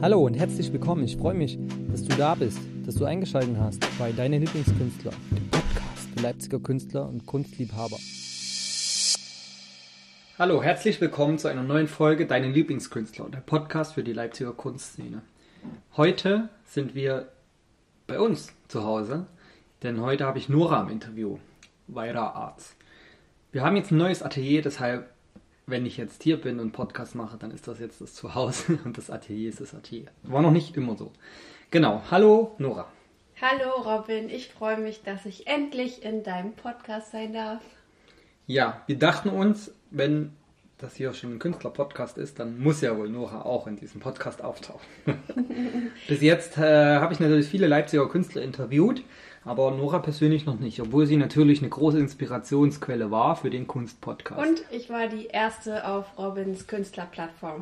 Hallo und herzlich willkommen. Ich freue mich, dass du da bist, dass du eingeschaltet hast bei Deine Lieblingskünstler, dem Podcast für Leipziger Künstler und Kunstliebhaber. Hallo, herzlich willkommen zu einer neuen Folge Deine Lieblingskünstler, der Podcast für die Leipziger Kunstszene. Heute sind wir bei uns zu Hause, denn heute habe ich Nora im Interview, Weira Arts. Wir haben jetzt ein neues Atelier, deshalb, wenn ich jetzt hier bin und Podcast mache, dann ist das jetzt das Zuhause und das Atelier ist das Atelier. War noch nicht immer so. Genau. Hallo, Nora. Hallo, Robin. Ich freue mich, dass ich endlich in deinem Podcast sein darf. Ja, wir dachten uns, wenn das hier schon ein Künstler-Podcast ist, dann muss ja wohl Nora auch in diesem Podcast auftauchen. Bis jetzt habe ich natürlich viele Leipziger Künstler interviewt, aber Nora persönlich noch nicht, obwohl sie natürlich eine große Inspirationsquelle war für den Kunstpodcast. Und ich war die erste auf Robins Künstlerplattform.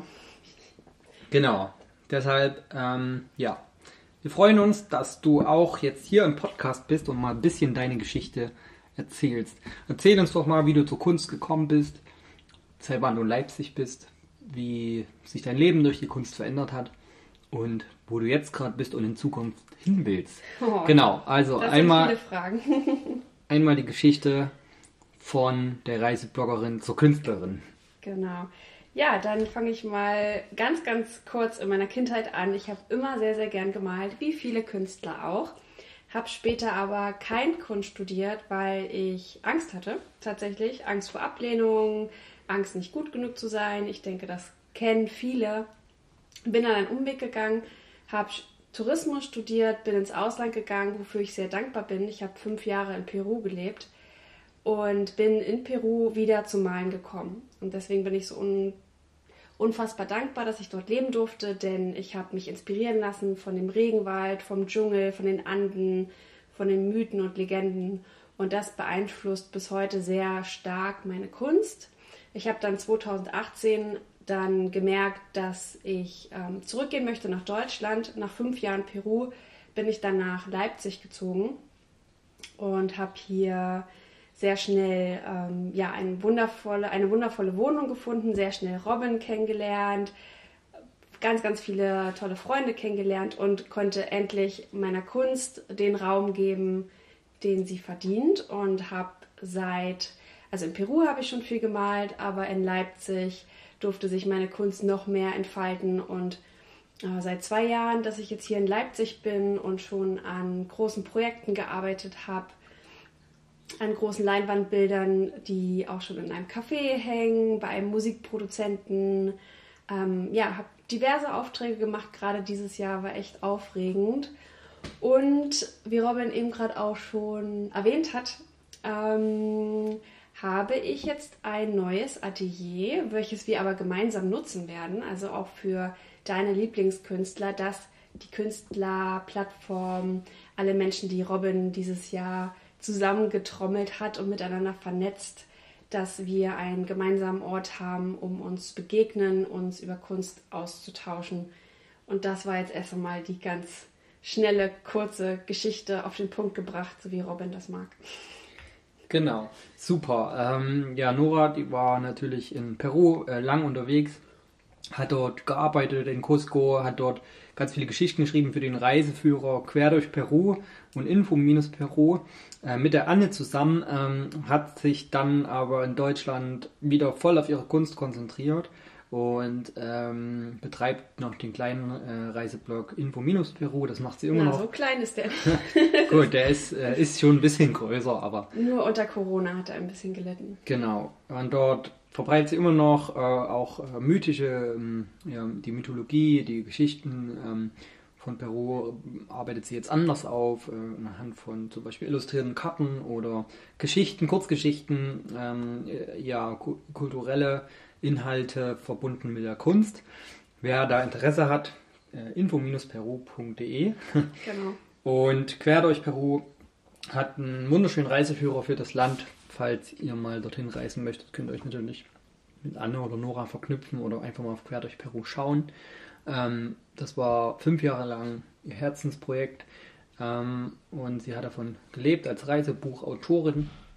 Genau, deshalb, ja, wir freuen uns, dass du auch jetzt hier im Podcast bist und mal ein bisschen deine Geschichte erzählst. Erzähl uns doch mal, wie du zur Kunst gekommen bist, seit wann du in Leipzig bist, wie sich dein Leben durch die Kunst verändert hat und wo du jetzt gerade bist und in Zukunft hin willst. Oh, genau, also das einmal, sind viele Fragen. einmal die Geschichte von der Reisebloggerin zur Künstlerin. Genau. Ja, dann fange ich mal ganz, ganz kurz in meiner Kindheit an. Ich habe immer sehr, sehr gern gemalt, wie viele Künstler auch. Habe später aber kein Kunst studiert, weil ich Angst hatte, tatsächlich. Angst vor Ablehnung, Angst nicht gut genug zu sein. Ich denke, das kennen viele. Bin dann einen Umweg gegangen, habe Tourismus studiert, bin ins Ausland gegangen, wofür ich sehr dankbar bin. Ich habe 5 Jahre in Peru gelebt und bin in Peru wieder zum Malen gekommen. Und deswegen bin ich so unfassbar dankbar, dass ich dort leben durfte, denn ich habe mich inspirieren lassen von dem Regenwald, vom Dschungel, von den Anden, von den Mythen und Legenden. Und das beeinflusst bis heute sehr stark meine Kunst. Ich habe dann 2018 dann gemerkt, dass ich zurückgehen möchte nach Deutschland. Nach 5 Jahren Peru bin ich dann nach Leipzig gezogen und habe hier sehr schnell eine wundervolle Wohnung gefunden, sehr schnell Robin kennengelernt, ganz, ganz viele tolle Freunde kennengelernt und konnte endlich meiner Kunst den Raum geben, den sie verdient und habe also in Peru habe ich schon viel gemalt, aber in Leipzig durfte sich meine Kunst noch mehr entfalten und seit 2 Jahren, dass ich jetzt hier in Leipzig bin und schon an großen Projekten gearbeitet habe, an großen Leinwandbildern, die auch schon in einem Café hängen, bei einem Musikproduzenten. Habe diverse Aufträge gemacht, gerade dieses Jahr war echt aufregend. Und wie Robin eben gerade auch schon erwähnt hat, habe ich jetzt ein neues Atelier, welches wir aber gemeinsam nutzen werden, also auch für deine Lieblingskünstler, dass die Künstlerplattform, alle Menschen, die Robin dieses Jahr zusammengetrommelt hat und miteinander vernetzt, dass wir einen gemeinsamen Ort haben, um uns zu begegnen, uns über Kunst auszutauschen. Und das war jetzt erst einmal die ganz schnelle, kurze Geschichte auf den Punkt gebracht, so wie Robin das mag. Genau, super. Nora, die war natürlich in Peru lang unterwegs, hat dort gearbeitet in Cusco, hat dort ganz viele Geschichten geschrieben für den Reiseführer Quer durch Peru und Info-Peru. Mit der Anne zusammen hat sich dann aber in Deutschland wieder voll auf ihre Kunst konzentriert und betreibt noch den kleinen Reiseblog Info-Peru. Das macht sie immer noch. So klein ist der nicht. Gut, der ist schon ein bisschen größer, aber... Nur unter Corona hat er ein bisschen gelitten. Genau, und dort verbreitet sie immer noch auch mythische, die Mythologie, die Geschichten von Peru arbeitet sie jetzt anders auf, anhand von zum Beispiel illustrierten Karten oder Geschichten, Kurzgeschichten, kulturelle Inhalte verbunden mit der Kunst. Wer da Interesse hat, info-peru.de. Genau. Und Quer durch Peru hat einen wunderschönen Reiseführer für das Land. Falls ihr mal dorthin reisen möchtet, könnt ihr euch natürlich mit Anne oder Nora verknüpfen oder einfach mal auf Quer durch Peru schauen. Das war 5 Jahre lang ihr Herzensprojekt und sie hat davon gelebt als Reisebuchautorin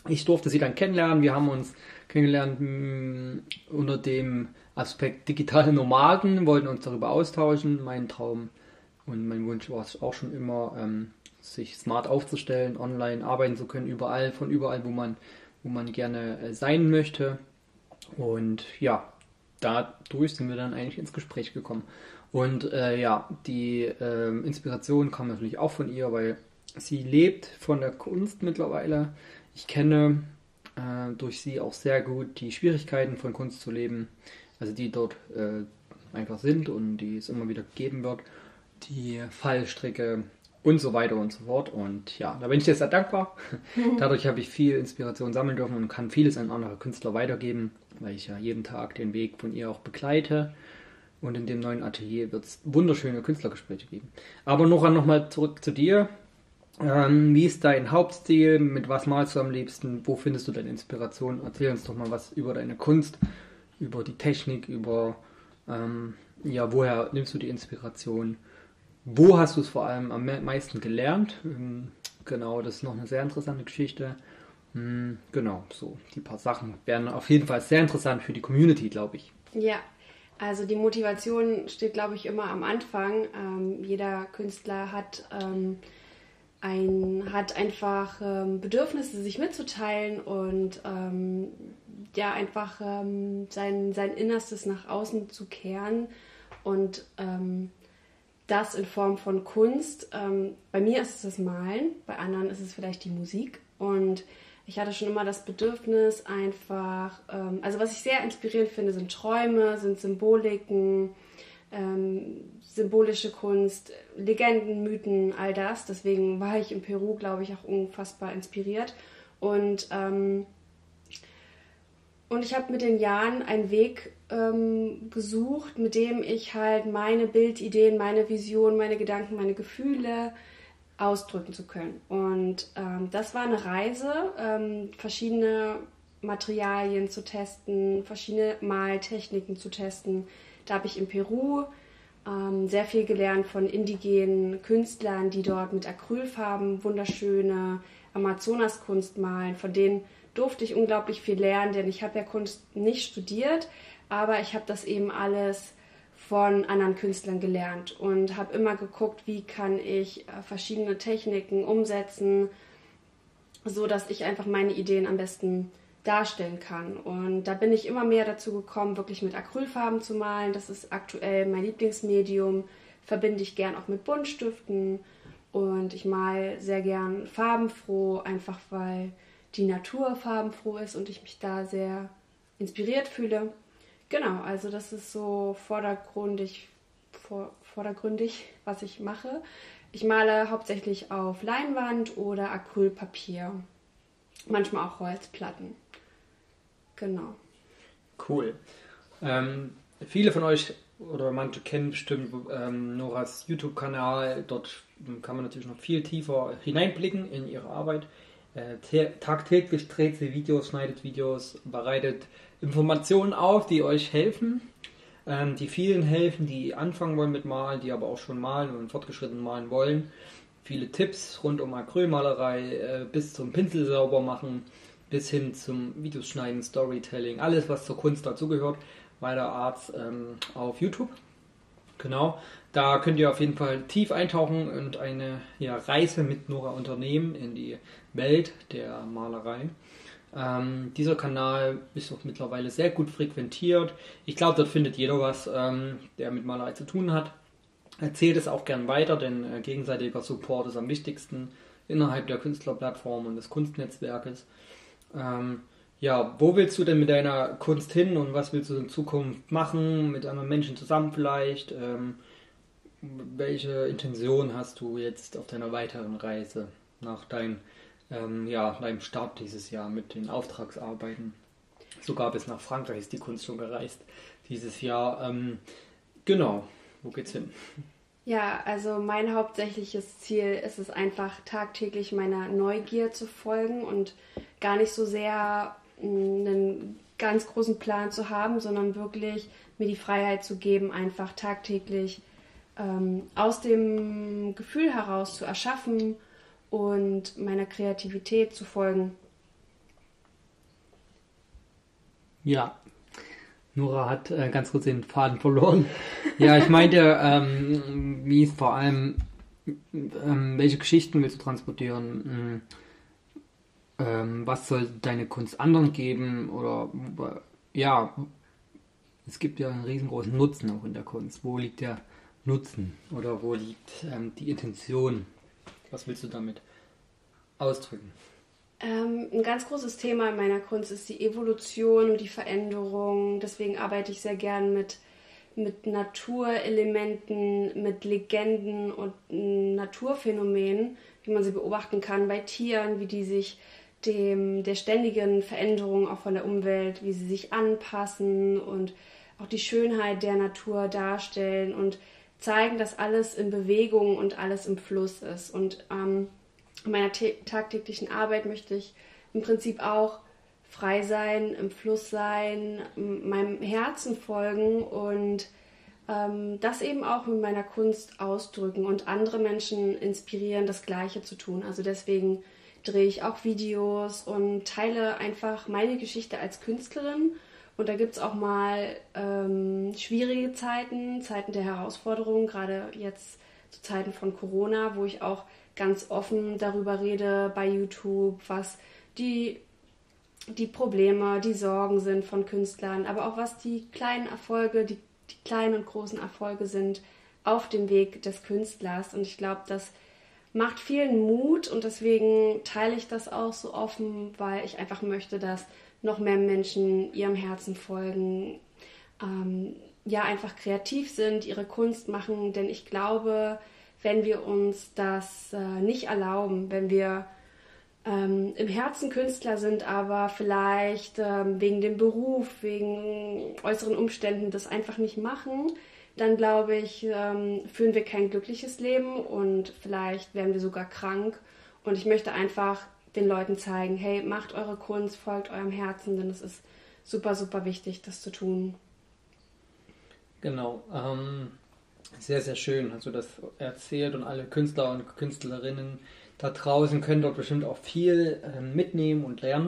Ich durfte sie dann kennenlernen. Wir haben uns kennengelernt unter dem Aspekt digitale Nomaden, wollten uns darüber austauschen. Mein Traum und mein Wunsch war es auch schon immer, sich smart aufzustellen, online arbeiten zu können, von überall, wo man gerne sein möchte. Und ja, dadurch sind wir dann eigentlich ins Gespräch gekommen. Und die Inspiration kam natürlich auch von ihr, weil sie lebt von der Kunst mittlerweile. Ich kenne durch sie auch sehr gut die Schwierigkeiten von Kunst zu leben, also die dort einfach sind und die es immer wieder geben wird, die Fallstricke und so weiter und so fort. Und ja, da bin ich jetzt sehr dankbar. Dadurch habe ich viel Inspiration sammeln dürfen und kann vieles an andere Künstler weitergeben, weil ich ja jeden Tag den Weg von ihr auch begleite. Und in dem neuen Atelier wird es wunderschöne Künstlergespräche geben. Aber Nora, nochmal zurück zu dir. Wie ist dein Hauptstil? Mit was malst du am liebsten? Wo findest du deine Inspiration? Erzähl uns doch mal was über deine Kunst, über die Technik, woher nimmst du die Inspiration? Wo hast du es vor allem am meisten gelernt? Genau, das ist noch eine sehr interessante Geschichte. Genau, so die paar Sachen wären auf jeden Fall sehr interessant für die Community, glaube ich. Ja, also die Motivation steht, glaube ich, immer am Anfang. Jeder Künstler hat einfach Bedürfnisse, sich mitzuteilen und sein Innerstes nach außen zu kehren und das in Form von Kunst. Bei mir ist es das Malen, bei anderen ist es vielleicht die Musik. Und ich hatte schon immer das Bedürfnis einfach, also was ich sehr inspirierend finde, sind Träume, sind Symboliken, symbolische Kunst, Legenden, Mythen, all das. Deswegen war ich in Peru, glaube ich, auch unfassbar inspiriert. Und ich habe mit den Jahren einen Weg gesucht, mit dem ich halt meine Bildideen, meine Vision, meine Gedanken, meine Gefühle ausdrücken zu können. Und das war eine Reise, verschiedene Materialien zu testen, verschiedene Maltechniken zu testen. Da habe ich in Peru sehr viel gelernt von indigenen Künstlern, die dort mit Acrylfarben wunderschöne Amazonaskunst malen. Von denen durfte ich unglaublich viel lernen, denn ich habe ja Kunst nicht studiert, aber ich habe das eben alles von anderen Künstlern gelernt und habe immer geguckt, wie kann ich verschiedene Techniken umsetzen, so dass ich einfach meine Ideen am besten darstellen kann. Und da bin ich immer mehr dazu gekommen, wirklich mit Acrylfarben zu malen. Das ist aktuell mein Lieblingsmedium, verbinde ich gern auch mit Buntstiften und ich male sehr gern farbenfroh, einfach weil die Natur farbenfroh ist und ich mich da sehr inspiriert fühle. Genau, also das ist so vordergründig, was ich mache. Ich male hauptsächlich auf Leinwand oder Acrylpapier, manchmal auch Holzplatten. Genau. Cool. Viele von euch oder manche kennen bestimmt Noras YouTube-Kanal. Dort kann man natürlich noch viel tiefer hineinblicken in ihre Arbeit. Tagtäglich dreht sie Videos, schneidet Videos, bereitet Informationen auf, die euch helfen, die vielen helfen, die anfangen wollen mit Malen, die aber auch schon malen und fortgeschritten malen wollen. Viele Tipps rund um Acrylmalerei, bis zum Pinsel sauber machen, bis hin zum Videos schneiden, Storytelling, alles was zur Kunst dazugehört, Wider Arts auf YouTube. Genau, da könnt ihr auf jeden Fall tief eintauchen und eine Reise mit Nora unternehmen in die Welt der Malerei. Dieser Kanal ist auch mittlerweile sehr gut frequentiert. Ich glaube, dort findet jeder was, der mit Malerei zu tun hat. Erzählt es auch gern weiter, denn gegenseitiger Support ist am wichtigsten innerhalb der Künstlerplattform und des Kunstnetzwerkes. Wo willst du denn mit deiner Kunst hin und was willst du in Zukunft machen, mit anderen Menschen zusammen vielleicht? Welche Intention hast du jetzt auf deiner weiteren Reise nach deinem Start dieses Jahr mit den Auftragsarbeiten? Sogar bis nach Frankreich ist die Kunst schon gereist dieses Jahr. Wo geht's hin? Ja, also mein hauptsächliches Ziel ist es einfach, tagtäglich meiner Neugier zu folgen und gar nicht so sehr einen ganz großen Plan zu haben, sondern wirklich mir die Freiheit zu geben, einfach tagtäglich aus dem Gefühl heraus zu erschaffen und meiner Kreativität zu folgen. Ja, Nora hat ganz kurz den Faden verloren. Ja, ich meinte, wie es vor allem, welche Geschichten willst du transportieren? Was soll deine Kunst anderen geben? Oder ja, es gibt ja einen riesengroßen Nutzen auch in der Kunst. Wo liegt der Nutzen? Oder wo liegt die Intention? Was willst du damit ausdrücken? Ein ganz großes Thema in meiner Kunst ist die Evolution und die Veränderung. Deswegen arbeite ich sehr gern mit Naturelementen, mit Legenden und Naturphänomenen, wie man sie beobachten kann bei Tieren, wie die sich der ständigen Veränderung auch von der Umwelt, wie sie sich anpassen und auch die Schönheit der Natur darstellen und zeigen, dass alles in Bewegung und alles im Fluss ist. Und in meiner tagtäglichen Arbeit möchte ich im Prinzip auch frei sein, im Fluss sein, meinem Herzen folgen und das eben auch mit meiner Kunst ausdrücken und andere Menschen inspirieren, das Gleiche zu tun. Also deswegen drehe ich auch Videos und teile einfach meine Geschichte als Künstlerin. Und da gibt es auch mal schwierige Zeiten, Zeiten der Herausforderungen, gerade jetzt zu Zeiten von Corona, wo ich auch ganz offen darüber rede bei YouTube, was die Probleme, die Sorgen sind von Künstlern, aber auch was die kleinen Erfolge, die kleinen und großen Erfolge sind auf dem Weg des Künstlers. Und ich glaube, das macht vielen Mut und deswegen teile ich das auch so offen, weil ich einfach möchte, dass noch mehr Menschen ihrem Herzen folgen, ja, einfach kreativ sind, ihre Kunst machen, denn ich glaube, wenn wir uns das nicht erlauben, wenn wir im Herzen Künstler sind, aber vielleicht wegen dem Beruf, wegen äußeren Umständen das einfach nicht machen, dann glaube ich, führen wir kein glückliches Leben und vielleicht werden wir sogar krank. Und ich möchte einfach den Leuten zeigen, hey, macht eure Kunst, folgt eurem Herzen, denn es ist super, super wichtig, das zu tun. Genau, sehr, sehr schön hast du das erzählt und alle Künstler und Künstlerinnen da draußen können dort bestimmt auch viel mitnehmen und lernen.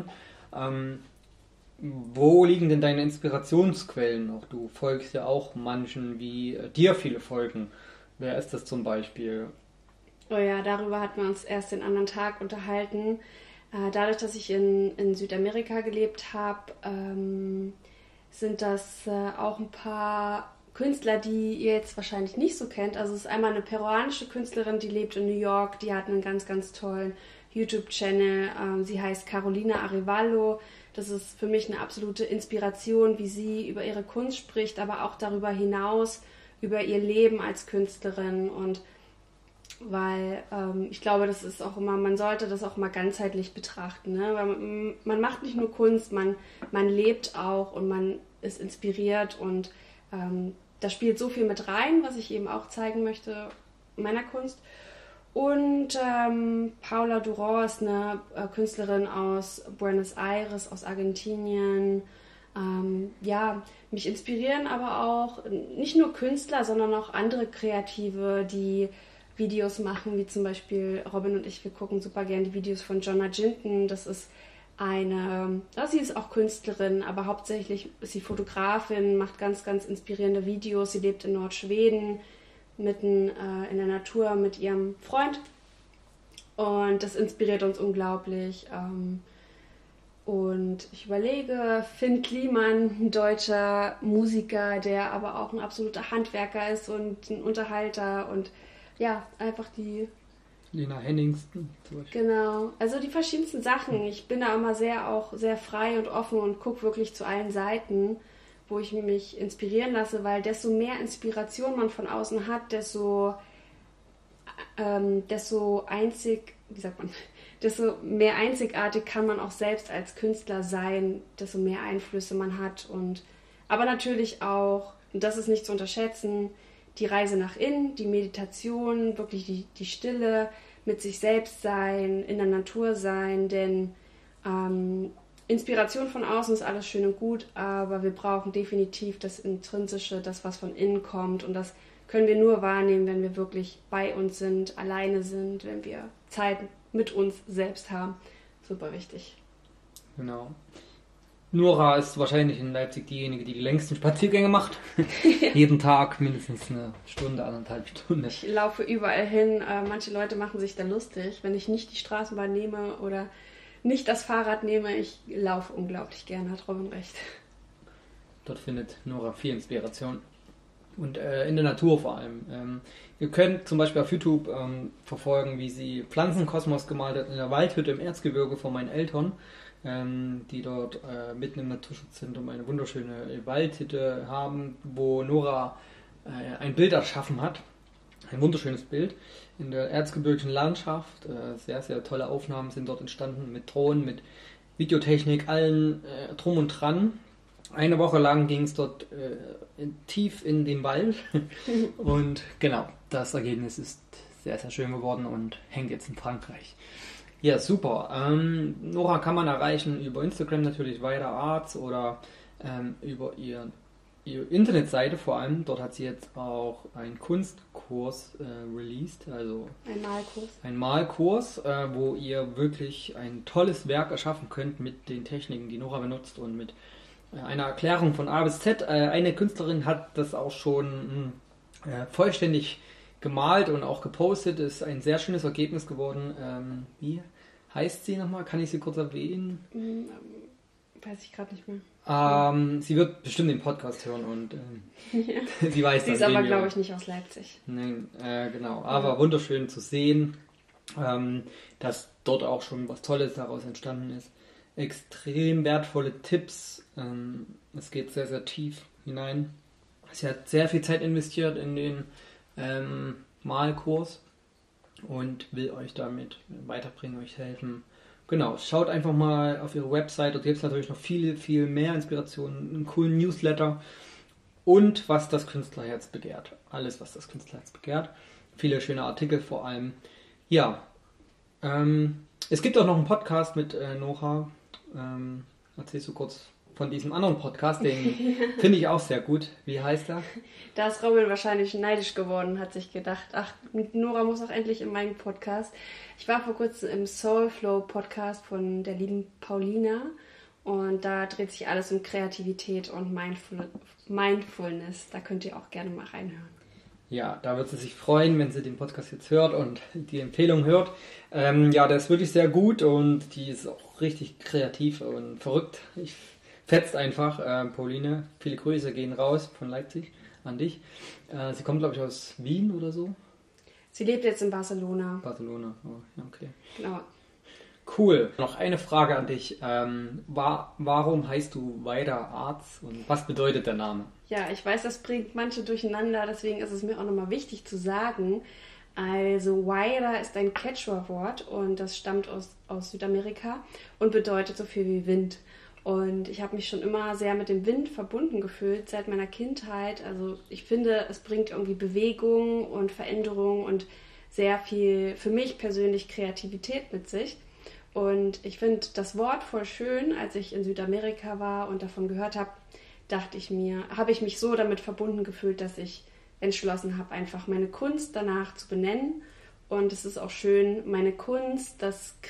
Wo liegen denn deine Inspirationsquellen? Auch du folgst ja auch manchen, wie dir viele folgen. Wer ist das zum Beispiel? Oh ja, darüber hatten wir uns erst den anderen Tag unterhalten. Dadurch, dass ich in Südamerika gelebt habe, sind das auch ein paar Künstler, die ihr jetzt wahrscheinlich nicht so kennt. Also es ist einmal eine peruanische Künstlerin, die lebt in New York, die hat einen ganz, ganz tollen YouTube-Channel. Sie heißt Carolina Arevalo. Das ist für mich eine absolute Inspiration, wie sie über ihre Kunst spricht, aber auch darüber hinaus, über ihr Leben als Künstlerin. Und weil ich glaube, das ist auch immer, man sollte das auch mal ganzheitlich betrachten. Ne? Weil man macht nicht nur Kunst, man lebt auch und man ist inspiriert und da spielt so viel mit rein, was ich eben auch zeigen möchte in meiner Kunst. Und Paula Durán ist eine Künstlerin aus Buenos Aires, aus Argentinien. Ja, mich inspirieren aber auch nicht nur Künstler, sondern auch andere Kreative, die Videos machen, wie zum Beispiel Robin und ich, wir gucken super gerne die Videos von Jonna Jinton. Das ist sie ist auch Künstlerin, aber hauptsächlich ist sie Fotografin, macht ganz, ganz inspirierende Videos. Sie lebt in Nordschweden, mitten in der Natur mit ihrem Freund. Und das inspiriert uns unglaublich. Und ich überlege, Finn Kliman, ein deutscher Musiker, der aber auch ein absoluter Handwerker ist und ein Unterhalter und ja, einfach die Lena Henningsen zum Beispiel. Genau, also die verschiedensten Sachen. Ich bin da immer auch sehr frei und offen und gucke wirklich zu allen Seiten, wo ich mich inspirieren lasse, weil desto mehr Inspiration man von außen hat, desto mehr einzigartig kann man auch selbst als Künstler sein, desto mehr Einflüsse man hat aber natürlich auch, und das ist nicht zu unterschätzen, die Reise nach innen, die Meditation, wirklich die Stille, mit sich selbst sein, in der Natur sein, denn Inspiration von außen ist alles schön und gut, aber wir brauchen definitiv das Intrinsische, das, was von innen kommt und das können wir nur wahrnehmen, wenn wir wirklich bei uns sind, alleine sind, wenn wir Zeit mit uns selbst haben. Super wichtig. Genau. Nora ist wahrscheinlich in Leipzig diejenige, die längsten Spaziergänge macht. Jeden Tag mindestens eine Stunde, 1,5 Stunden. Ich laufe überall hin. Manche Leute machen sich da lustig, wenn ich nicht die Straßenbahn nehme oder nicht das Fahrrad nehme. Ich laufe unglaublich gerne, hat Robin recht. Dort findet Nora viel Inspiration. Und in der Natur vor allem. Ihr könnt zum Beispiel auf YouTube verfolgen, wie sie Pflanzenkosmos gemalt hat in der Waldhütte im Erzgebirge von meinen Eltern, die dort mitten im Naturschutzzentrum eine wunderschöne Waldhütte haben, wo Nora ein Bild erschaffen hat. Ein wunderschönes Bild in der erzgebirgischen Landschaft. Sehr, sehr tolle Aufnahmen sind dort entstanden mit Drohnen, mit Videotechnik, allen drum und dran. Eine Woche lang ging es dort tief in den Wald und genau, das Ergebnis ist sehr, sehr schön geworden und hängt jetzt in Frankreich. Ja, super. Nora kann man erreichen über Instagram natürlich, Weiter Arts oder über ihre Internetseite vor allem. Dort hat sie jetzt auch einen Kunstkurs released, also ein Malkurs, wo ihr wirklich ein tolles Werk erschaffen könnt mit den Techniken, die Nora benutzt und mit einer Erklärung von A bis Z. Eine Künstlerin hat das auch schon vollständig gemalt und auch gepostet. Ist ein sehr schönes Ergebnis geworden. Wie heißt sie nochmal? Kann ich sie kurz erwähnen? Weiß ich gerade nicht mehr. Sie wird bestimmt den Podcast hören und ja. Sie weiß sie ist aber, glaube ich, nicht aus Leipzig. Nein, genau. Aber wunderschön zu sehen, dass dort auch schon was Tolles daraus entstanden ist. Extrem wertvolle Tipps. Es geht sehr, sehr tief hinein. Sie hat sehr viel Zeit investiert in den Malkurs und will euch damit weiterbringen, euch helfen. Genau, schaut einfach mal auf ihre Website. Dort gibt es natürlich noch viel, viel mehr Inspirationen, einen coolen Newsletter und was das Künstlerherz begehrt. Alles, was das Künstlerherz begehrt. Viele schöne Artikel vor allem. Ja, es gibt auch noch einen Podcast mit Nora. Erzählst du kurz von diesem anderen Podcast, den finde ich auch sehr gut. Wie heißt er? Da ist Robin wahrscheinlich neidisch geworden, hat sich gedacht, ach, Nora muss auch endlich in meinen Podcast. Ich war vor kurzem im Soulflow Podcast von der lieben Paulina und da dreht sich alles um Kreativität und Mindfulness. Da könnt ihr auch gerne mal reinhören. Ja, da wird sie sich freuen, wenn sie den Podcast jetzt hört und die Empfehlung hört. Ja, der ist wirklich sehr gut und die ist auch richtig kreativ und verrückt. Ich fetzt einfach, Pauline. Viele Grüße gehen raus von Leipzig an dich. Sie kommt, glaube ich, aus Wien oder so. Sie lebt jetzt in Barcelona. Barcelona, oh, ja, okay. Genau. Cool. Noch eine Frage an dich. Warum heißt du Weiter Arts und was bedeutet der Name? Ja, ich weiß, das bringt manche durcheinander, deswegen ist es mir auch nochmal wichtig zu sagen. Also Waira ist ein Quechua-Wort und das stammt aus Südamerika und bedeutet so viel wie Wind. Und ich habe mich schon immer sehr mit dem Wind verbunden gefühlt seit meiner Kindheit. Also ich finde, es bringt irgendwie Bewegung und Veränderung und sehr viel für mich persönlich Kreativität mit sich. Und ich finde das Wort voll schön. Als ich in Südamerika war und davon gehört habe, habe ich mich so damit verbunden gefühlt, dass ich entschlossen habe, einfach meine Kunst danach zu benennen. Und es ist auch schön, meine Kunst,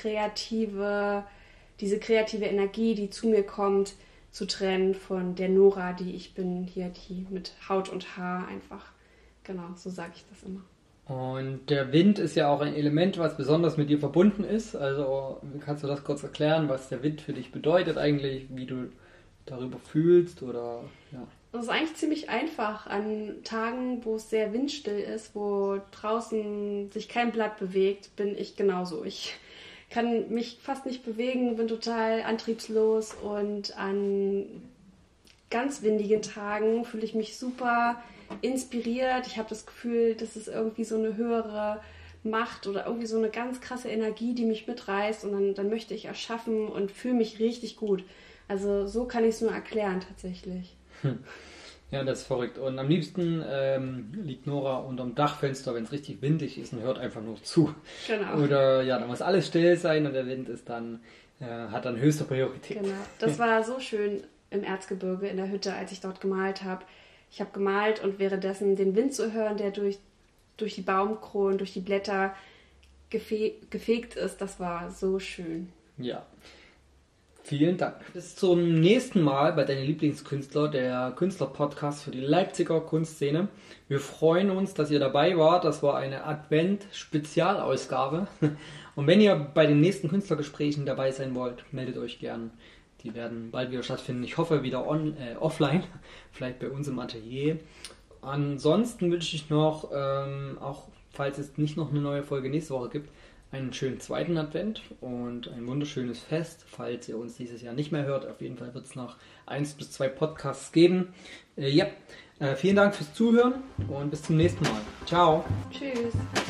diese kreative Energie, die zu mir kommt, zu trennen von der Nora, die ich bin, hier, die mit Haut und Haar einfach. Genau, so sage ich das immer. Und der Wind ist ja auch ein Element, was besonders mit dir verbunden ist. Also kannst du das kurz erklären, was der Wind für dich bedeutet eigentlich, wie du darüber fühlst oder ja. Das ist eigentlich ziemlich einfach. An Tagen, wo es sehr windstill ist, wo draußen sich kein Blatt bewegt, bin ich genauso. Ich kann mich fast nicht bewegen, bin total antriebslos und an ganz windigen Tagen fühle ich mich super inspiriert. Ich habe das Gefühl, das ist irgendwie so eine höhere Macht oder irgendwie so eine ganz krasse Energie, die mich mitreißt und dann möchte ich erschaffen und fühle mich richtig gut. Also so kann ich es nur erklären tatsächlich. Ja, das ist verrückt. Und am liebsten liegt Nora unterm Dachfenster, wenn es richtig windig ist und hört einfach nur zu. Genau. Oder ja, dann muss alles still sein und der Wind ist dann, hat dann höchste Priorität. Genau. Das war so schön im Erzgebirge in der Hütte, als ich dort gemalt habe. Ich habe gemalt und währenddessen den Wind zu hören, der durch die Baumkronen, durch die Blätter gefegt ist, das war so schön. Ja. Vielen Dank. Bis zum nächsten Mal bei Deine Lieblingskünstler, der Künstler-Podcast für die Leipziger Kunstszene. Wir freuen uns, dass ihr dabei wart. Das war eine Advent-Spezialausgabe. Und wenn ihr bei den nächsten Künstlergesprächen dabei sein wollt, meldet euch gern. Die werden bald wieder stattfinden. Ich hoffe wieder offline, vielleicht bei uns im Atelier. Ansonsten wünsche ich noch, auch falls es nicht noch eine neue Folge nächste Woche gibt, einen schönen zweiten Advent und ein wunderschönes Fest. Falls ihr uns dieses Jahr nicht mehr hört, auf jeden Fall wird es noch 1 bis 2 Podcasts geben. Vielen Dank fürs Zuhören und bis zum nächsten Mal. Ciao. Tschüss.